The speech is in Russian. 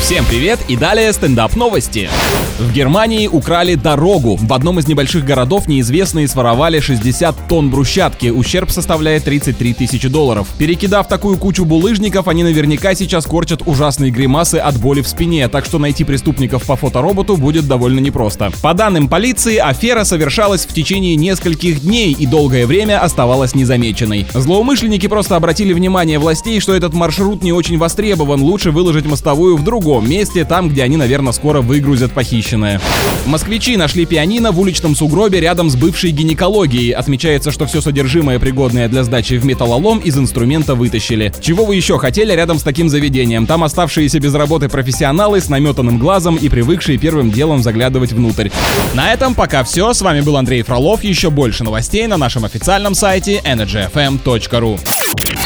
Всем привет и далее стендап новости. В Германии украли дорогу. В одном из небольших городов неизвестные своровали 60 тонн брусчатки. Ущерб составляет $33 тысячи. Перекидав такую кучу булыжников, они наверняка сейчас корчат ужасные гримасы от боли в спине, так что найти преступников по фотороботу будет довольно непросто. По данным полиции, афера совершалась в течение нескольких дней и долгое время оставалась незамеченной. Злоумышленники просто обратили внимание властей, что этот маршрут не очень востребован, лучше выложить мостовую в другом месте, там, где они, наверное, скоро выгрузят похищенное. Москвичи нашли пианино в уличном сугробе рядом с бывшей гинекологией. Отмечается, что все содержимое, пригодное для сдачи в металлолом, из инструмента вытащили. Чего вы еще хотели рядом с таким заведением? Там оставшиеся без работы профессионалы с наметанным глазом и привыкшие первым делом заглядывать внутрь. На этом пока все. С вами был Андрей Фролов. Еще больше новостей на нашем официальном сайте energyfm.ru.